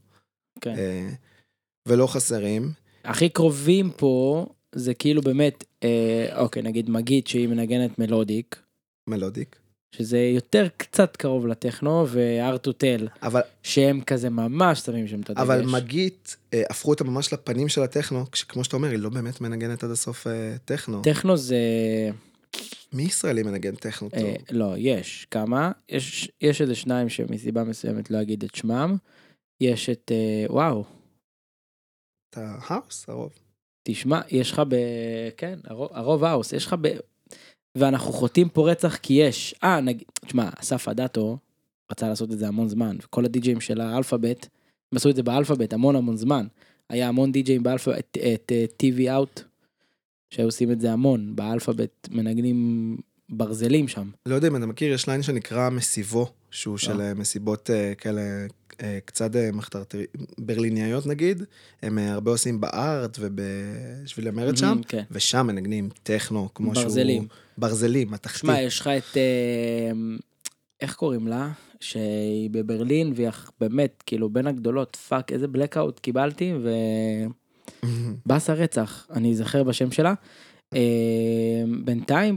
ולא חסרים. הכי קרובים פה, זה כאילו באמת, אוקיי, נגיד מגיד שהיא מנגנת מלודיק. מלודיק. שזה יותר קצת קרוב לטכנו, וארטוטל, אבל, שהם כזה ממש שמים שם את הדגש. אבל מגית, אה, הפכו אותה ממש לפנים של הטכנו, כשכמו שאתה אומר, היא לא באמת מנגנת עד הסוף אה, טכנו. טכנו זה... מי ישראלי מנגן טכנו טוב? אה, לא, יש כמה. יש, יש איזה שניים שמסיבה מסוימת לא אגיד את שמם. יש את, אה, וואו. את ההאוס, הרוב. תשמע, יש לך ב... כן, הרוב, הרוב האוס, יש לך ב... ואנחנו חוטאים פה רצח כי יש, אה, נגיד, תשמע, אסף אדטו רצה לעשות את זה המון זמן, וכל הדי-ג'יים של האלפאבית, הם עשו את זה באלפאבית המון המון זמן, היה המון די-ג'יים באלפאבית, את טי וי Out, שהיו עושים את זה המון, באלפאבית מנגנים ברזלים שם. לא יודע אם אתה מכיר, יש ליין שנקרא מסיבו, שהוא של מסיבות כאלה, קצת מחתרתרי, ברלינאיות נגיד, הם הרבה עושים בארט ובשביל המרד שם, ושם מנגנים טכנו, כמו שהוא... ברזלים. ברזלים, התחתי. תשמע, יש לך את... איך קוראים לה? שהיא בברלין, והיא באמת, כאילו, בין הגדולות, פאק, איזה בלקאוט קיבלתי, ובאס הרצח, אני אזכר בשם שלה. בינתיים,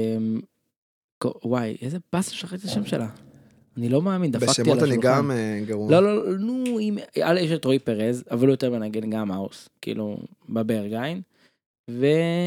וואי, איזה באס שכחתי את השם שלה. אני לא מאמין, דפקתי על השולחן. בשמות אני גם גרוע. לא, לא, נו, יש את רועי פרז, אבל הוא יותר מנגן גם האוס, כאילו, בברגיין, ו...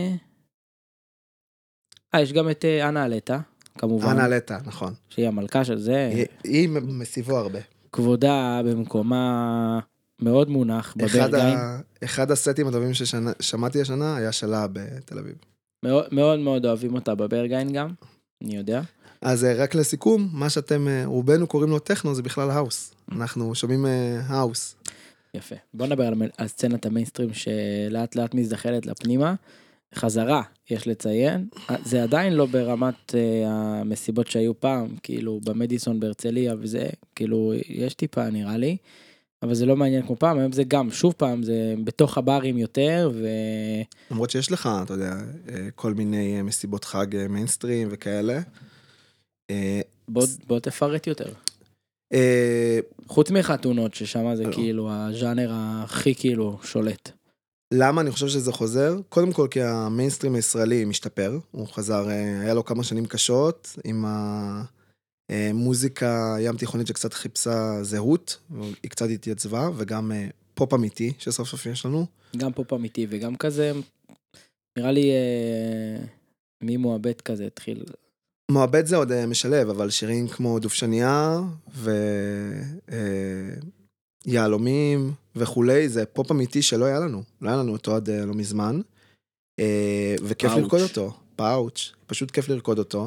אה, יש גם את אנה אלטה, כמובן. אנה אלטה, נכון. שהיא המלכה של זה. היא, היא מסיבו הרבה. כבודה במקומה מאוד מונח בברגיין. אחד הסטים הטובים ששמעתי השנה היה שלה בתל אביב. מאוד מאוד, מאוד אוהבים אותה בברגיין גם, אני יודע. אז רק לסיכום, מה שאתם, רובנו קוראים לו טכנו, זה בכלל האוס. אנחנו שומעים האוס. יפה. בוא נדבר על, על סצנת המיינסטרים שלאט לאט מזדחלת לפנימה. חזרה, יש לציין. זה עדיין לא ברמת uh, המסיבות שהיו פעם, כאילו במדיסון בהרצליה וזה, כאילו יש טיפה נראה לי, אבל זה לא מעניין כמו פעם, היום זה גם, שוב פעם, זה בתוך הברים יותר, ו... למרות שיש לך, אתה יודע, כל מיני מסיבות חג מיינסטרים וכאלה. בוא, בוא תפרט יותר. חוץ מחתונות, ששם זה כאילו הז'אנר הכי כאילו שולט. למה אני חושב שזה חוזר? קודם כל כי המיינסטרים הישראלי משתפר, הוא חזר, היה לו כמה שנים קשות, עם המוזיקה ים תיכונית שקצת חיפשה זהות, היא קצת התייצבה, וגם פופ אמיתי, שסוף סוף יש לנו. גם פופ אמיתי, וגם כזה, נראה לי, מי מועבד כזה התחיל... מועבד זה עוד משלב, אבל שירים כמו דובשניה, ו... יעלומים וכולי, זה פופ אמיתי שלא היה לנו. לא היה לנו אותו עד לא מזמן. וכיף לרקוד אותו. פאוץ'. פשוט כיף לרקוד אותו.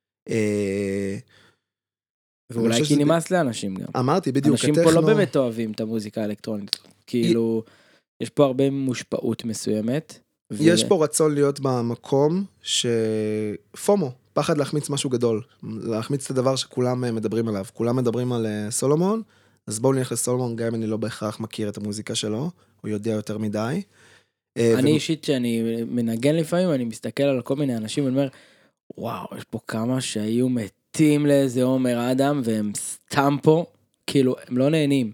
ואולי כי נמאס לאנשים גם. אמרתי, בדיוק. אנשים פה לא באמת אוהבים את המוזיקה האלקטרונית. כאילו, יש פה הרבה מושפעות מסוימת. יש פה רצון להיות במקום שפומו, פחד להחמיץ משהו גדול. להחמיץ את הדבר שכולם מדברים עליו. כולם מדברים על סולומון, אז בואו נלך לסולומון, גם אם אני לא בהכרח מכיר את המוזיקה שלו, הוא יודע יותר מדי. אני אישית שאני מנגן לפעמים, אני מסתכל על כל מיני אנשים, ואני אומר, וואו, יש פה כמה שהיו מתים לאיזה עומר אדם, והם סתם פה, כאילו, הם לא נהנים.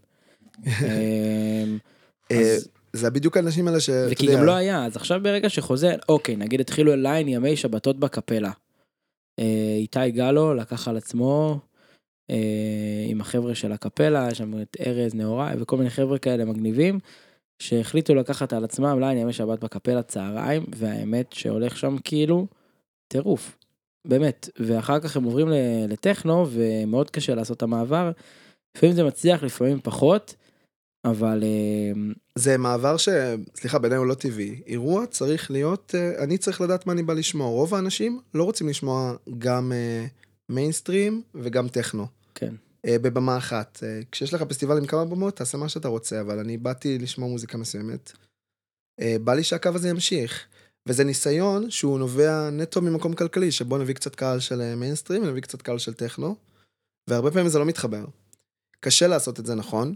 זה בדיוק האנשים האלה ש... וכי גם לא היה, אז עכשיו ברגע שחוזר, אוקיי, נגיד התחילו אליין ימי שבתות בקפלה. איתי גלו לקח על עצמו... עם החבר'ה של הקפלה, יש שם את ארז, נאורי, וכל מיני חבר'ה כאלה מגניבים, שהחליטו לקחת על עצמם, ליין ימי שבת בקפלה צהריים, והאמת שהולך שם כאילו טירוף, באמת, ואחר כך הם עוברים לטכנו, ומאוד קשה לעשות את המעבר, לפעמים זה מצליח, לפעמים פחות, אבל... זה מעבר ש... סליחה, בינינו לא טבעי, אירוע צריך להיות, אני צריך לדעת מה אני בא לשמוע, רוב האנשים לא רוצים לשמוע גם... מיינסטרים וגם טכנו. כן. בבמה אחת. כשיש לך פסטיבל עם כמה במות, תעשה מה שאתה רוצה, אבל אני באתי לשמוע מוזיקה מסוימת. בא לי שהקו הזה ימשיך. וזה ניסיון שהוא נובע נטו ממקום כלכלי, שבו נביא קצת קהל של מיינסטרים, ונביא קצת קהל של טכנו, והרבה פעמים זה לא מתחבר. קשה לעשות את זה נכון.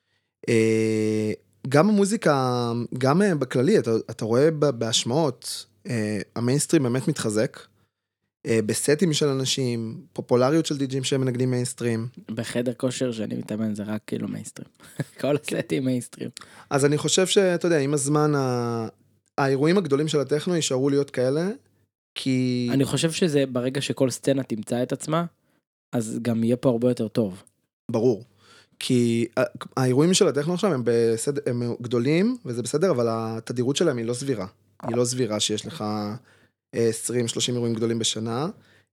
גם המוזיקה, גם בכללי, אתה, אתה רואה בהשמעות, המיינסטרים באמת מתחזק, בסטים של אנשים, פופולריות של די-ג'ים שהם מנגנים מיינסטרים. בחדר כושר שאני מתאמן זה רק כאילו מיינסטרים. כל הסטים מיינסטרים. אז אני חושב שאתה יודע, עם הזמן, האירועים הגדולים של הטכנו יישארו להיות כאלה, כי... אני חושב שזה ברגע שכל סצנה תמצא את עצמה, אז גם יהיה פה הרבה יותר טוב. ברור. כי האירועים של הטכנו עכשיו הם, בסדר, הם גדולים, וזה בסדר, אבל התדירות שלהם היא לא סבירה. היא לא סבירה שיש לך... עשרים שלושים אירועים גדולים בשנה,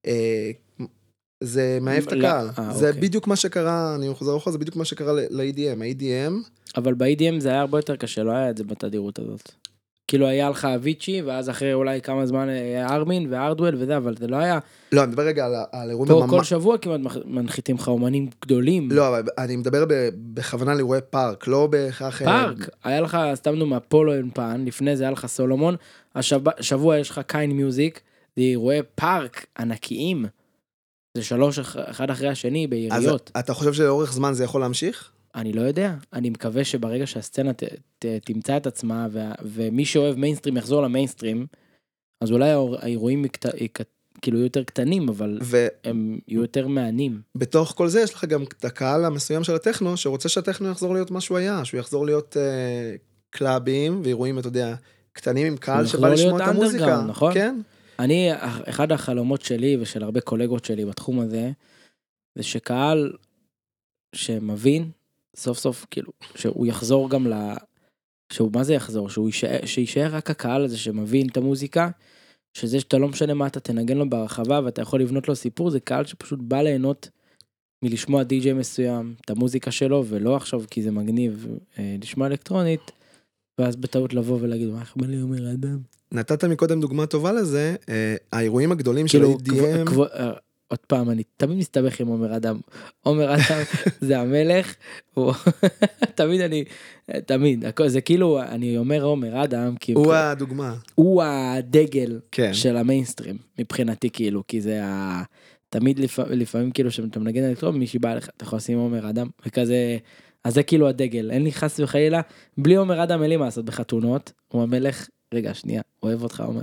זה מעייף את הקהל. זה בדיוק מה שקרה, אני חוזר אחורה, זה בדיוק מה שקרה ל-אי די אם. ה-אי די אם... אבל ב-אי די אם זה היה הרבה יותר קשה, לא היה את זה בתדירות הזאת. כאילו היה לך אביצ'י, ואז אחרי אולי כמה זמן ארמין וארדואל וזה, אבל זה לא היה... לא, אני מדבר רגע על אירועים... פה כל שבוע כמעט מנחיתים לך אומנים גדולים. לא, אבל אני מדבר בכוונה על אירועי פארק, לא בהכרח... פארק, היה לך, סתמנו מהפולו אין פן, לפני זה היה לך סולומון, השבוע יש לך קיין מיוזיק, זה אירועי פארק ענקיים, זה שלוש אחד אחרי השני בעיריות. אז אתה חושב שלאורך זמן זה יכול להמשיך? אני לא יודע, אני מקווה שברגע שהסצנה ת, ת, תמצא את עצמה, ו, ומי שאוהב מיינסטרים יחזור למיינסטרים, אז אולי האירועים יקט, יקט, כאילו יותר קטנים, אבל ו... הם יהיו יותר מענים. בתוך כל זה יש לך גם את הקהל המסוים של הטכנו, שרוצה שהטכנו יחזור להיות מה שהוא היה, שהוא יחזור להיות uh, קלאבים ואירועים, אתה יודע, קטנים עם קהל שבא לשמוע את המוזיקה. נכון? כן? אני, אחד החלומות שלי ושל הרבה קולגות שלי בתחום הזה, זה שקהל שמבין, סוף סוף, כאילו, שהוא יחזור גם ל... שהוא, מה זה יחזור? שהוא יישאר, שישאר רק הקהל הזה שמבין את המוזיקה, שזה שאתה לא משנה מה אתה תנגן לו ברחבה, ואתה יכול לבנות לו סיפור, זה קהל שפשוט בא ליהנות מלשמוע די-ג'יי מסוים, את המוזיקה שלו, ולא עכשיו כי זה מגניב אה, לשמוע אלקטרונית, ואז בטעות לבוא ולהגיד, מה איך בא לי אומר אדם? נתת מקודם דוגמה טובה לזה, אה, האירועים הגדולים כאילו, של ה-אי די אם... כב... כב... עוד פעם, אני תמיד מסתבך עם עומר אדם. עומר אדם זה המלך, תמיד אני, תמיד, זה כאילו, אני אומר עומר אדם, הוא הדוגמה. הוא הדגל של המיינסטרים, מבחינתי כאילו, כי זה ה... תמיד לפעמים כאילו שאתה מנגן אלקטרון, מישהי בא לך, אתה יכול לשים עומר אדם, וכזה, אז זה כאילו הדגל, אין לי חס וחלילה, בלי עומר אדם אין לי מה לעשות בחתונות, הוא המלך, רגע שנייה, אוהב אותך עומר.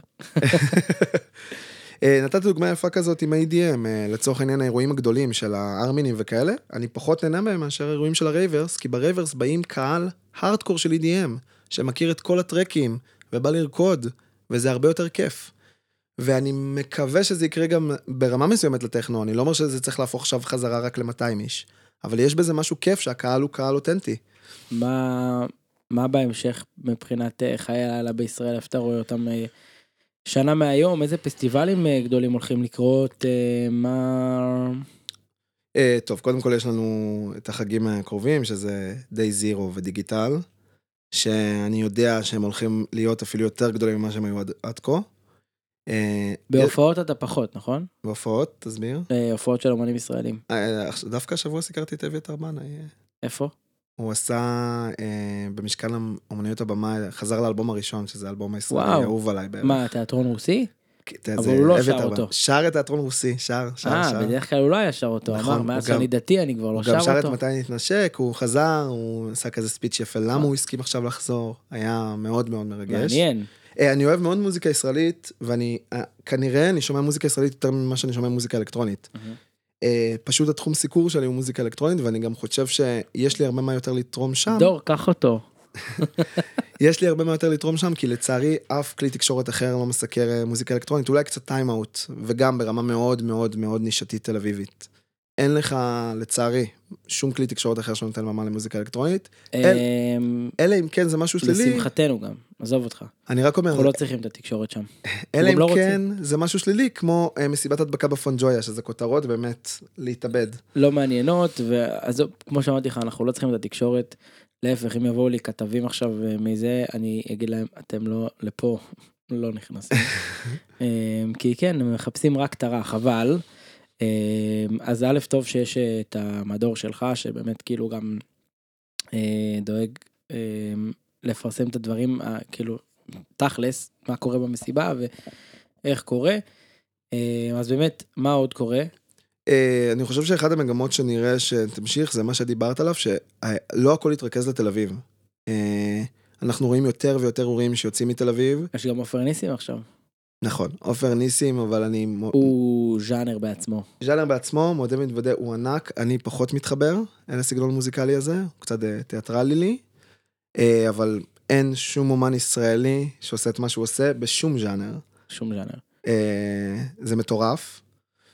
נתת דוגמה יפה כזאת עם ה-אי די אם, לצורך העניין האירועים הגדולים של הארמינים וכאלה, אני פחות נהנה מהם מאשר האירועים של הרייברס, כי ברייברס באים קהל הארדקור של אי די אם, שמכיר את כל הטרקים, ובא לרקוד, וזה הרבה יותר כיף. ואני מקווה שזה יקרה גם ברמה מסוימת לטכנו, אני לא אומר שזה צריך להפוך עכשיו חזרה רק ל-מאתיים איש, אבל יש בזה משהו כיף שהקהל הוא קהל אותנטי. מה, מה בהמשך מבחינת חיי הלילה בישראל, איפה אתה רואה אותם שנה מהיום, איזה פסטיבלים גדולים הולכים לקרות, מה... טוב, קודם כל יש לנו את החגים הקרובים, שזה די זירו ודיגיטל, שאני יודע שהם הולכים להיות אפילו יותר גדולים ממה שהם היו עד, עד כה. בהופעות אתה פחות, נכון? בהופעות, תסביר. הופעות של אומנים ישראלים. דווקא השבוע סיקרתי את אביתר בנאי. איפה? הוא עשה במשכן אומנויות הבמה, חזר לאלבום הראשון, שזה האלבום הישראלי, אהוב עליי בערך. מה, תיאטרון רוסי? אבל הוא לא שר אותו. שר את תיאטרון רוסי, שר, שר, שר. אה, בדרך כלל הוא לא היה שר אותו, אמר, מאז שאני דתי אני כבר לא שר אותו. הוא גם שר את מתי נתנשק, הוא חזר, הוא עשה כזה ספיץ' יפה, למה הוא הסכים עכשיו לחזור, היה מאוד מאוד מרגש. מעניין. אני אוהב מאוד מוזיקה ישראלית, ואני, כנראה, אני שומע מוזיקה ישראלית יותר ממה שאני שומע מוזיקה אלקטרונית. פשוט התחום סיקור שלי הוא מוזיקה אלקטרונית, ואני גם חושב שיש לי הרבה מה יותר לתרום שם. דור, קח אותו. יש לי הרבה מה יותר לתרום שם, כי לצערי אף כלי תקשורת אחר לא מסקר מוזיקה אלקטרונית, אולי קצת טיים-אוט, וגם ברמה מאוד מאוד מאוד נישתית תל אביבית. אין לך, לצערי, שום כלי תקשורת אחר שנותן במה למוזיקה אלקטרונית, אלא אם כן זה משהו שלילי. לשמחתנו גם, עזוב אותך. אני רק אומר... אנחנו לא צריכים את התקשורת שם. אלא אם כן זה משהו שלילי, כמו מסיבת הדבקה בפונג'ויה, שזה כותרות באמת להתאבד. לא מעניינות, ואז כמו שאמרתי לך, אנחנו לא צריכים את התקשורת, להפך, אם יבואו לי כתבים עכשיו מזה, אני אגיד להם, אתם לא לפה, לא נכנסים. כי כן, הם מחפשים רק תרח, אבל... אז א' טוב שיש את המדור שלך, שבאמת כאילו גם דואג לפרסם את הדברים, כאילו תכלס, מה קורה במסיבה ואיך קורה. אז באמת, מה עוד קורה? אני חושב שאחד המגמות שנראה שתמשיך, זה מה שדיברת עליו, שלא הכל יתרכז לתל אביב. אנחנו רואים יותר ויותר הורים שיוצאים מתל אביב. יש גם עופר ניסים עכשיו. נכון, עופר ניסים, אבל אני... הוא ז'אנר בעצמו. ז'אנר בעצמו, מודה מתוודה, הוא ענק, אני פחות מתחבר, אין הסגנון המוזיקלי הזה, הוא קצת תיאטרלי לי, אבל אין שום אומן ישראלי שעושה את מה שהוא עושה, בשום ז'אנר. שום ז'אנר. זה מטורף.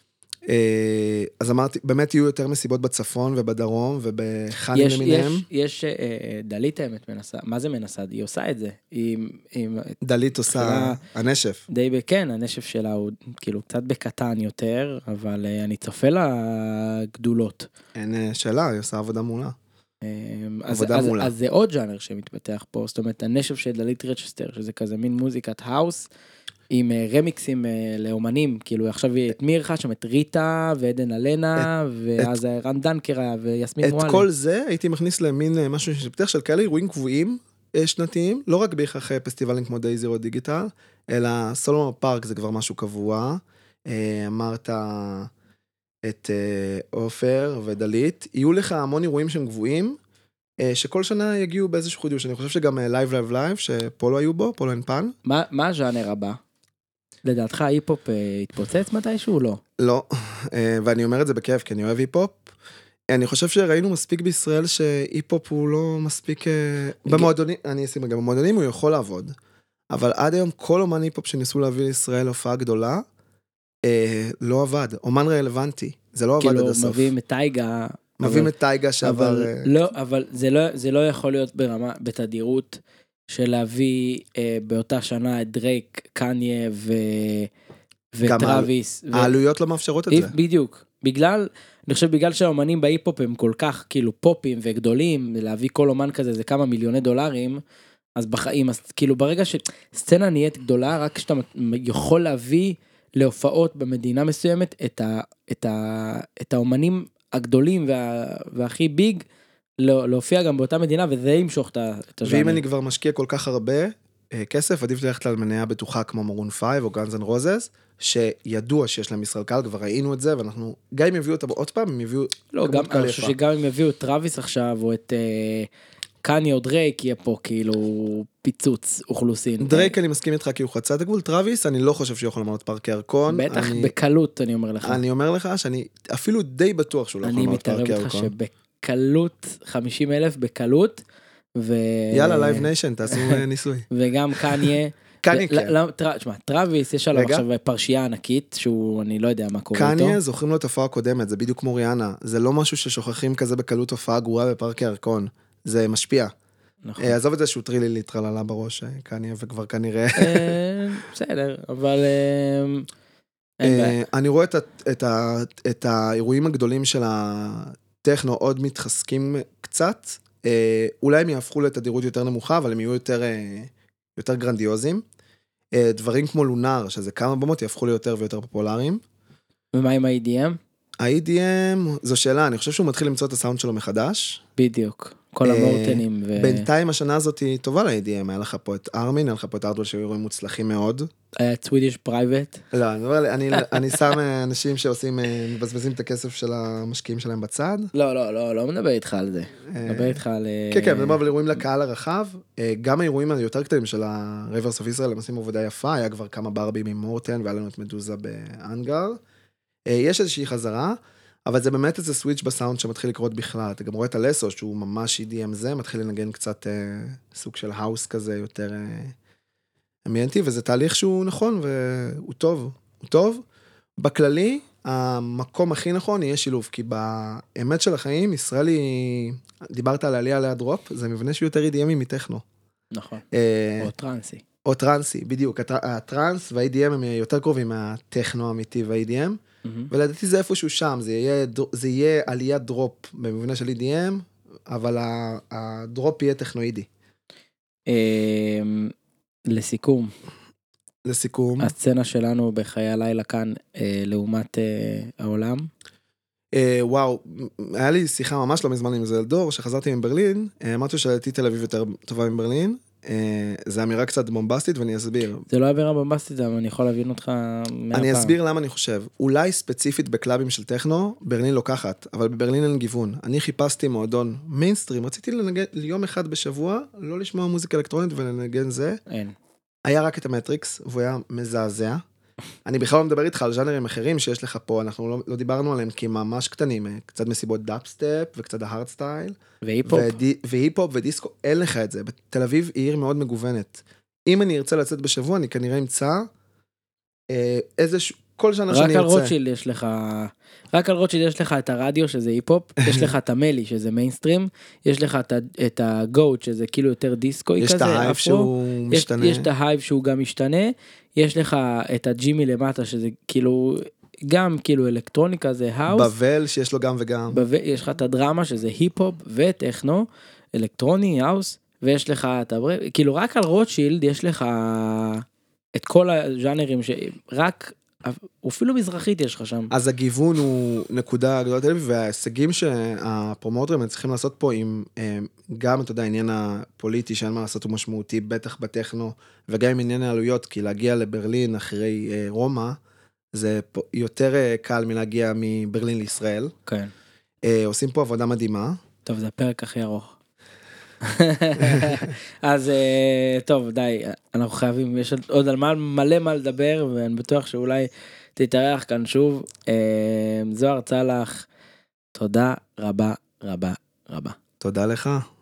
אז אמרתי, באמת יהיו יותר מסיבות בצפון ובדרום ובחנים למיניהם. יש, דלית האמת מנסה, מה זה מנסה? היא עושה את זה. דלית עושה הנשף. די בכן, הנשף שלה הוא כאילו קצת בקטן יותר, אבל אני צופה לה גדולות. אין שאלה, היא עושה עבודה מולה. אז זה עוד ז'אנר שמתפתח פה, זאת אומרת, הנשף של דלית רצ'סטר, שזה כזה מין מוזיקת האוס, עם רמיקסים לאומנים, כאילו עכשיו את מי הרכה שם, את ריטה ועדן אלנה, ואז רן דנקר היה ויסמין מואלי. את כל זה הייתי מכניס למין משהו שפתח של כאלה אירועים קבועים שנתיים, לא רק בהכרח פסטיבלים כמו די זירו דיגיטל, אלא סולומון פארק זה כבר משהו קבוע, אמרת את עופר ודלית, יהיו לך המון אירועים שהם קבועים, שכל שנה יגיעו באיזשהו חידוש, אני חושב שגם לייב לייב לייב, שפולו היו בו, פולו אין פן. מה הז'אנר הבא? לדעתך היפ-הופ התפוצץ מתישהו? לא. לא, ואני אומר את זה בכיף, כי אני אוהב היפ-הופ. אני חושב שראינו מספיק בישראל שהיפ-הופ הוא לא מספיק... במועדונים, אני אשים רגע, במועדונים הוא יכול לעבוד, אבל עד היום כל אומן היפ-הופ שניסו להביא לישראל הופעה גדולה, לא עבד, אומן רלוונטי, זה לא עבד עד הסוף. כאילו מביאים את טייגה... מביאים את טייגה שעבר... לא, אבל זה לא יכול להיות ברמה, בתדירות, של להביא אה, באותה שנה את דרייק, קניה ו... וטרוויס. העלויות לא מאפשרות את זה. בדיוק. בגלל, אני חושב בגלל שהאומנים בהיפ-הופ הם כל כך כאילו פופים וגדולים, להביא כל אומן כזה זה כמה מיליוני דולרים, אז בחיים, אז כאילו ברגע שסצנה נהיית גדולה, רק כשאתה יכול להביא להופעות במדינה מסוימת, את, ה, את, ה, את האומנים הגדולים וה, והכי ביג, לא, להופיע גם באותה מדינה, וזה ימשוך את הז'אנר. ואם אני כבר משקיע כל כך הרבה אה, כסף, עדיף ללכת על מניה בטוחה כמו מרון פייב או גאנז אנד רוזס, שידוע שיש להם ישראל קהל, כבר ראינו את זה, ואנחנו, גם אם יביאו אותה עוד פעם, הם יביאו לא, גם, אני חושב שגם אם יביאו את טראביס עכשיו, או את אה, קני או דרייק, יהיה פה כאילו פיצוץ אוכלוסין. דרייק אני מסכים איתך כי הוא חצה את הגבול, טראביס אני לא חושב שהוא יכול למנות פארק הירקון. בטח אני, בקלות אני אומר לך. אני אומר לך שאני אפילו די בטוח שהוא לא יכול למנות פארק הירקון. אני מתערב איתך שבקלות, חמישים אלף בקלות, ו... יאללה, לייב ניישן, תעשו ניסוי. וגם קניה. קניה, כן. תשמע, טראביס, יש עליו עכשיו פרשייה ענקית, שהוא, אני לא יודע מה קורה איתו. קניה, זוכרים לו את הופעה הקודמת, זה בדיוק כמו ריאנה, זה לא משהו ששוכחים כזה בקלות הופעה גרועה בפארק הירקון, זה משפיע. נכון. עזוב את זה שהוא טרילי ליטרללה בראש, קניה, וכבר כנראה... בסדר, אבל... אני רואה את האירועים הגדולים של הטכנו עוד מתחזקים קצת, אולי הם יהפכו לתדירות יותר נמוכה, אבל הם יהיו יותר, יותר גרנדיוזים. דברים כמו לונאר, שזה כמה במות, יהפכו ליותר ויותר פופולריים. ומה עם ה-אי די אם? ה-אי די אם, זו שאלה, אני חושב שהוא מתחיל למצוא את הסאונד שלו מחדש. בדיוק, כל המורטנים. ו... בינתיים השנה הזאת היא טובה ל-אי די אם, היה לך פה את ארמין, היה לך פה את ארדוול שהיו אירועים מוצלחים מאוד. היה את סווידיש פרייבט. לא, אני, אני שם אנשים שעושים, מבזבזים את הכסף של המשקיעים שלהם בצד. לא, לא, לא, לא מדבר איתך על זה. מדבר איתך על... כן, כן, מדבר על אירועים לקהל הרחב. גם האירועים היותר קטנים של ה-Rivers of Israel, הם עושים עבודה יפה, היה כבר כמה ברבים עם מורטן, והיה לנו את מדוזה באנגר. יש איזושהי חזרה, אבל זה באמת איזה סוויץ' בסאונד שמתחיל לקרות בכלל. אתה גם רואה את הלסו, שהוא ממש אי די אם זה, מתחיל לנגן קצת סוג של האוס כזה, יותר... אמיינתי, וזה תהליך שהוא נכון, והוא טוב, הוא טוב. בכללי, המקום הכי נכון יהיה שילוב, כי באמת של החיים, ישראל היא, דיברת על העלייה עליה דרופ, זה מבנה שהוא יותר אי די אם מטכנו. נכון, או טרנסי. או טרנסי, בדיוק, הטרנס וה-אי די אם הם יותר קרובים מהטכנו האמיתי וה-אי די אם, ולדעתי זה איפשהו שם, זה יהיה, זה יהיה עליית דרופ במבנה של אי די אם, אבל הדרופ יהיה טכנואידי. לסיכום. לסיכום. הסצנה שלנו בחיי הלילה כאן, אה, לעומת אה, העולם. אה, וואו, היה לי שיחה ממש לא מזמן עם זה אלדור, שחזרתי מברלין, אה, אמרתי שלדעתי תל אביב יותר טובה מברלין, אה, זה אמירה קצת בומבסטית ואני אסביר. זה לא אמירה בומבסטית, אבל אני יכול להבין אותך מהפעם. אני אסביר למה אני חושב. אולי ספציפית בקלאבים של טכנו, ברלין לוקחת, אבל בברלין אין גיוון. אני חיפשתי מועדון מיינסטרים, רציתי לנגן ליום אחד בשבוע, לא לשמוע מוזיקה אלקטרונית ולנגן זה. אין. היה רק את המטריקס, והוא היה מזעזע. אני בכלל לא מדבר איתך על ז'אנרים אחרים שיש לך פה, אנחנו לא, לא דיברנו עליהם כי ממש קטנים, קצת מסיבות דאפסטפ וקצת ההארד סטייל. והיפ-הופ. והיפ-הופ ודיסקו, אין לך את זה. בתל אביב היא עיר מאוד מגוונת. אם אני ארצה לצאת בשבוע, אני כנראה אמצא אה, איזה, כל שנה שאני ארצה. רק על רוטשילד יש לך, רק על רוטשילד יש לך את הרדיו שזה היפ-הופ, יש לך את המלי שזה מיינסטרים, יש לך את הגוט שזה כאילו יותר דיסקוי כזה, יש את ההייב שהוא משתנה. יש את ההייב שהוא גם משתנה, יש לך את הג'ימי למטה שזה כאילו, גם כאילו אלקטרוניקה זה האוס. בבל שיש לו גם וגם. בבל, יש לך את הדרמה שזה היפ-הופ וטכנו, אלקטרוני, האוס, ויש לך את הברב, כאילו רק על רוטשילד יש לך את כל הז'אנרים שרק, אפילו מזרחית יש לך שם. אז הגיוון הוא נקודה גדולה תל אביב, וההישגים שהפרומוטרים צריכים לעשות פה עם גם, אתה יודע, העניין הפוליטי שאין מה לעשות הוא משמעותי, בטח בטכנו, וגם עם עניין העלויות, כי להגיע לברלין אחרי רומא, זה יותר קל מלהגיע מברלין לישראל. כן. עושים פה עבודה מדהימה. טוב, זה הפרק הכי ארוך. אז טוב, די, אנחנו חייבים, יש עוד על מלא מה לדבר, ואני בטוח שאולי תתארח כאן שוב. זוהר צלח, תודה רבה רבה רבה. תודה לך.